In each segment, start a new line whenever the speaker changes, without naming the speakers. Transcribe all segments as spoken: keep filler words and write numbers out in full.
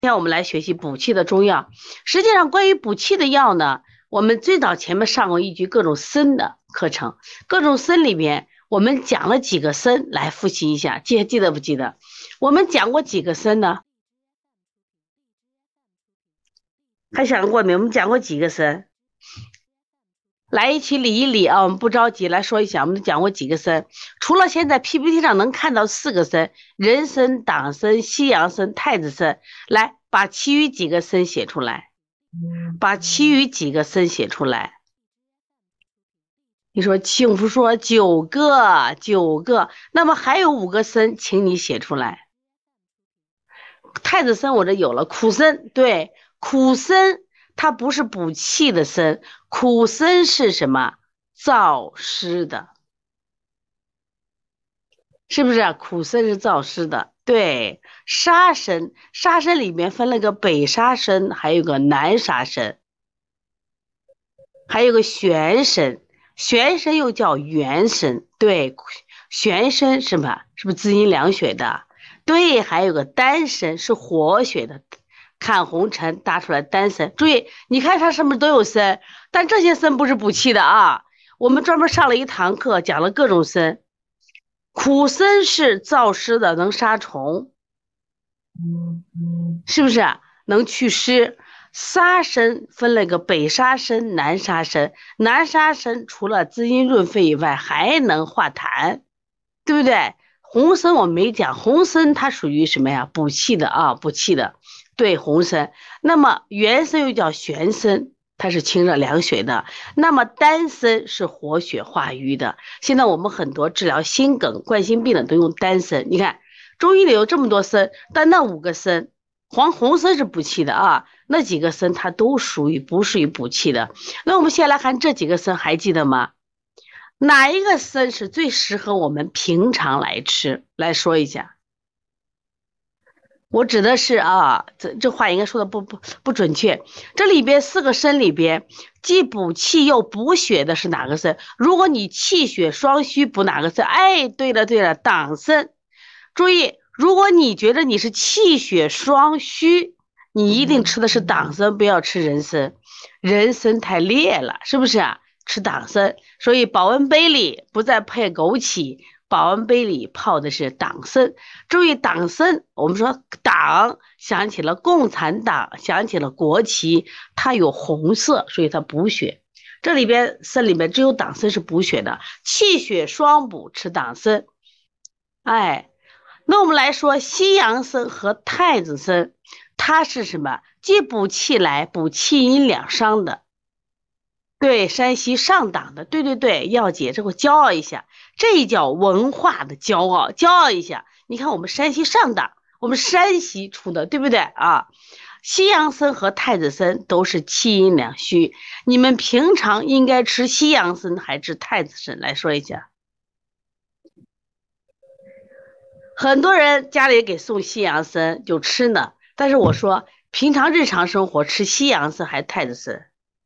今天我们来学习补气的中药。实际上，关于补气的药呢，我们最早前面上过一局各种参的课程，各种参里面我们讲了几个参，来复习一下，记记得不记得？我们讲过几个参呢？还想过没？我们讲过几个参？来一起理一理啊，我们不着急，来说一下，我们讲过几个参？除了现在 P P T 上能看到四个参，人参、党参、西洋参、太子参，来把其余几个参写出来，把其余几个参写出来。你说幸福说九个，九个，那么还有五个参，请你写出来。太子参我这有了，苦参，对，苦参它不是补气的参，苦参是什么？燥湿的，是不是啊？苦参是燥湿的，对。沙参，沙参里面分了个北沙参，还有个南沙参，还有个玄参，玄参又叫元参，对，玄参是什么？是不是滋阴凉血的？对，还有个丹参是活血的。看红尘搭出来丹参，注意，你看它上面都有参，但这些参不是补气的啊。我们专门上了一堂课，讲了各种参。苦参是燥湿的，能杀虫，是不是啊？能祛湿。沙参分了个北沙参、南沙参，南沙参除了滋阴润肺以外，还能化痰，对不对？红参我没讲，红参它属于什么呀？补气的啊，补气的。对，红参。那么元参又叫玄参，它是清热凉血的。那么丹参是活血化瘀的。现在我们很多治疗心梗、冠心病的都用丹参。你看中医里有这么多参，但那五个参，黄红参是补气的啊，那几个参它都属于不属于补气的。那我们先来看这几个参，还记得吗？哪一个参是最适合我们平常来吃？来说一下。我指的是啊，这这话应该说的不不不准确。这里边四个参里边，既补气又补血的是哪个参？如果你气血双虚，补哪个参？哎，对了对了，党参。注意，如果你觉得你是气血双虚，你一定吃的是党参，不要吃人参。人参太烈了，是不是啊？吃党参。所以保温杯里不再配枸杞。保温杯里泡的是党参，注意党参，我们说党想起了共产党，想起了国旗，它有红色，所以它补血。这里边参里面只有党参是补血的，气血双补吃党参。哎，那我们来说西洋参和太子参，它是什么？既补气来，补气阴两伤的。对，山西上党的，对对对，耀姐，这我骄傲一下，这叫文化的骄傲，骄傲一下。你看我们山西上党，我们山西出的，对不对啊？西洋参和太子参都是气阴两虚，你们平常应该吃西洋参还是太子参？来说一下。很多人家里给送西洋参就吃呢，但是我说平常日常生活吃西洋参还是太子参？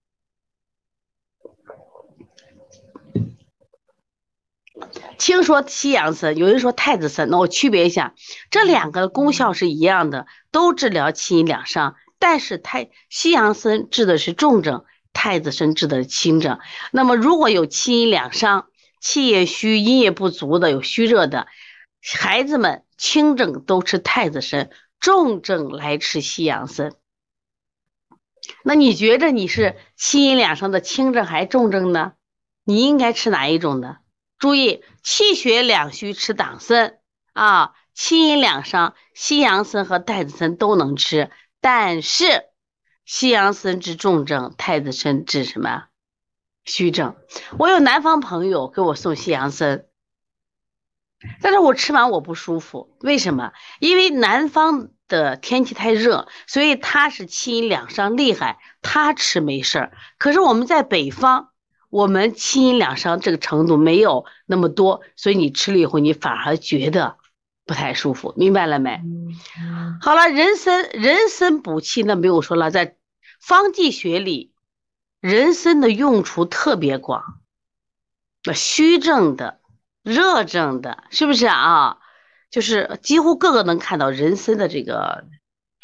听说西洋参，有人说太子参，那我区别一下，这两个功效是一样的，都治疗气阴两伤，但是太西洋参治的是重症，太子参治的是轻症。那么如果有气阴两伤、气液虚、阴液不足的，有虚热的孩子们，轻症都吃太子参，重症来吃西洋参。那你觉着你是气阴两伤的轻症还是重症呢？你应该吃哪一种呢？注意，气血两虚吃党参啊，气阴两伤，西洋参和太子参都能吃，但是西洋参治重症，太子参治什么虚症？我有南方朋友给我送西洋参，但是我吃完我不舒服，为什么？因为南方的天气太热，所以他是气阴两伤厉害，他吃没事儿。可是我们在北方。我们气阴两伤这个程度没有那么多，所以你吃了以后，你反而觉得不太舒服，明白了没？好了，人参人参补气，那没有说了，在方剂学里，人参的用处特别广，那虚症的、热症的，是不是啊？就是几乎各个能看到人参的这个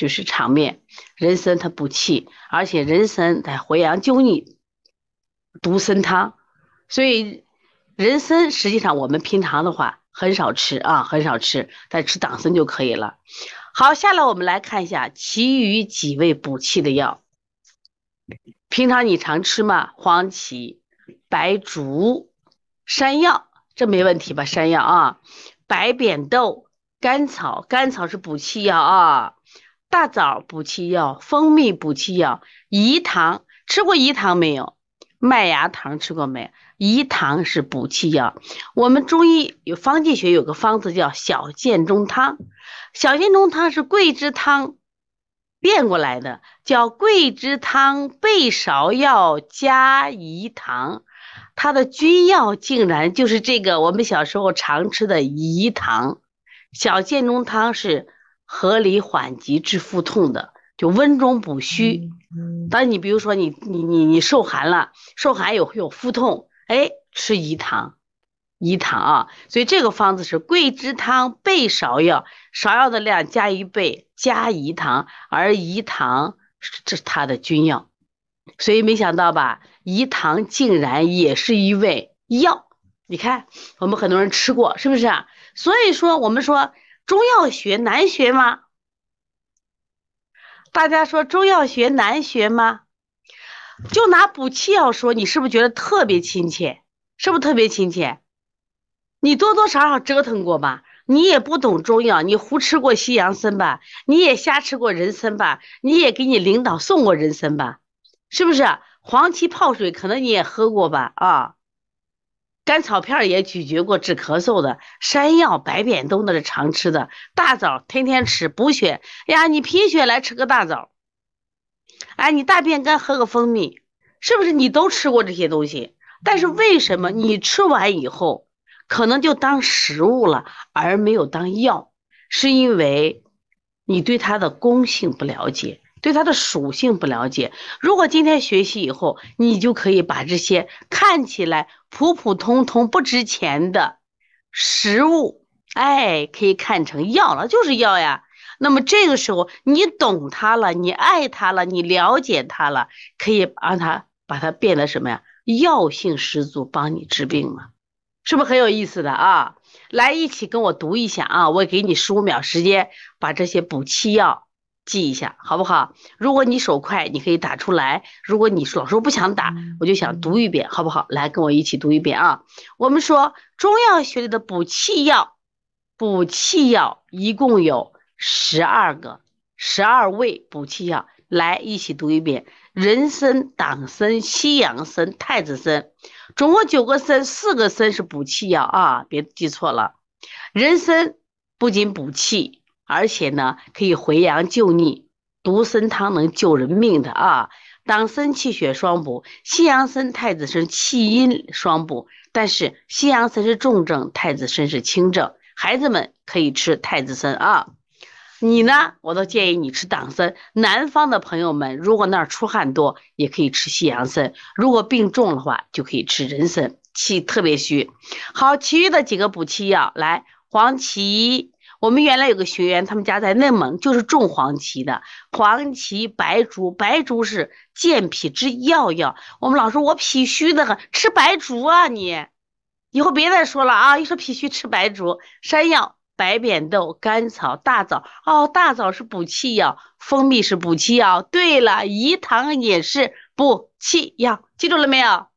就是场面。人参它补气，而且人参它回阳救逆，独参汤，所以人参实际上我们平常的话很少吃啊，很少吃，但吃党参就可以了。好，下来我们来看一下其余几味补气的药。平常你常吃吗？黄芪、白术、山药，这没问题吧？山药啊，白扁豆、甘草，甘草是补气药啊。大枣补气药，蜂蜜补气药，饴糖吃过饴糖没有？麦芽糖吃过没？饴糖是补气药。我们中医有方剂学有个方子叫小建中汤，小建中汤是桂枝汤变过来的，叫桂枝汤备芍药加饴糖，它的君药竟然就是这个我们小时候常吃的饴糖。小建中汤是合理缓急治腹痛的，就温中补虚。当你比如说你你你你受寒了，受寒有有腹痛，哎，吃饴糖，饴糖啊。所以这个方子是桂枝汤备芍药，芍药的量加一倍，加饴糖，而饴糖这是它的君药。所以没想到吧，饴糖竟然也是一味药。你看我们很多人吃过，是不是啊？所以说我们说中药学难学吗？大家说中药学难学吗？就拿补气药说，你是不是觉得特别亲切？是不是特别亲切？你多多少少折腾过吧？你也不懂中药，你胡吃过西洋参吧？你也瞎吃过人参吧？你也给你领导送过人参吧？是不是？黄芪泡水可能你也喝过吧？啊，甘草片也咀嚼过治咳嗽的，山药、白扁豆那是常吃的，大枣天天吃补血。哎呀，你贫血来吃个大枣，哎，你大便干喝个蜂蜜，是不是你都吃过这些东西？但是为什么你吃完以后可能就当食物了，而没有当药？是因为你对它的功性不了解，对它的属性不了解。如果今天学习以后，你就可以把这些看起来普普通通不值钱的食物，哎，可以看成药了，就是药呀。那么这个时候你懂它了，你爱它了，你了解它了，可以让它把它变得什么呀？药性十足，帮你治病嘛，是不是很有意思的啊？来，一起跟我读一下啊！我给你十五秒时间，把这些补气药记一下，好不好？如果你手快，你可以打出来；如果你老说不想打，我就想读一遍，好不好？来，跟我一起读一遍啊！我们说中药学里的补气药，补气药一共有十二个，十二味补气药。来，一起读一遍：人参、党参、西洋参、太子参，总共九个参，四个参是补气药啊，别记错了。人参不仅补气，而且呢可以回阳救逆，独参汤能救人命的啊。党参气血双补，西洋参、太子参气阴双补，但是西洋参是重症，太子参是轻症。孩子们可以吃太子参啊。你呢？我都建议你吃党参。南方的朋友们，如果那儿出汗多，也可以吃西洋参；如果病重的话，就可以吃人参，气特别虚。好，其余的几个补气药，来，黄芪。我们原来有个学员，他们家在内蒙，就是种黄芪的。黄芪、白术，白术是健脾之要药。我们老说我脾虚的很，吃白术啊你！以后别再说了啊！一说脾虚吃白术，山药。白扁豆、甘草、大枣，哦，大枣是补气药，蜂蜜是补气药。对了，饴糖也是补气药，记住了没有？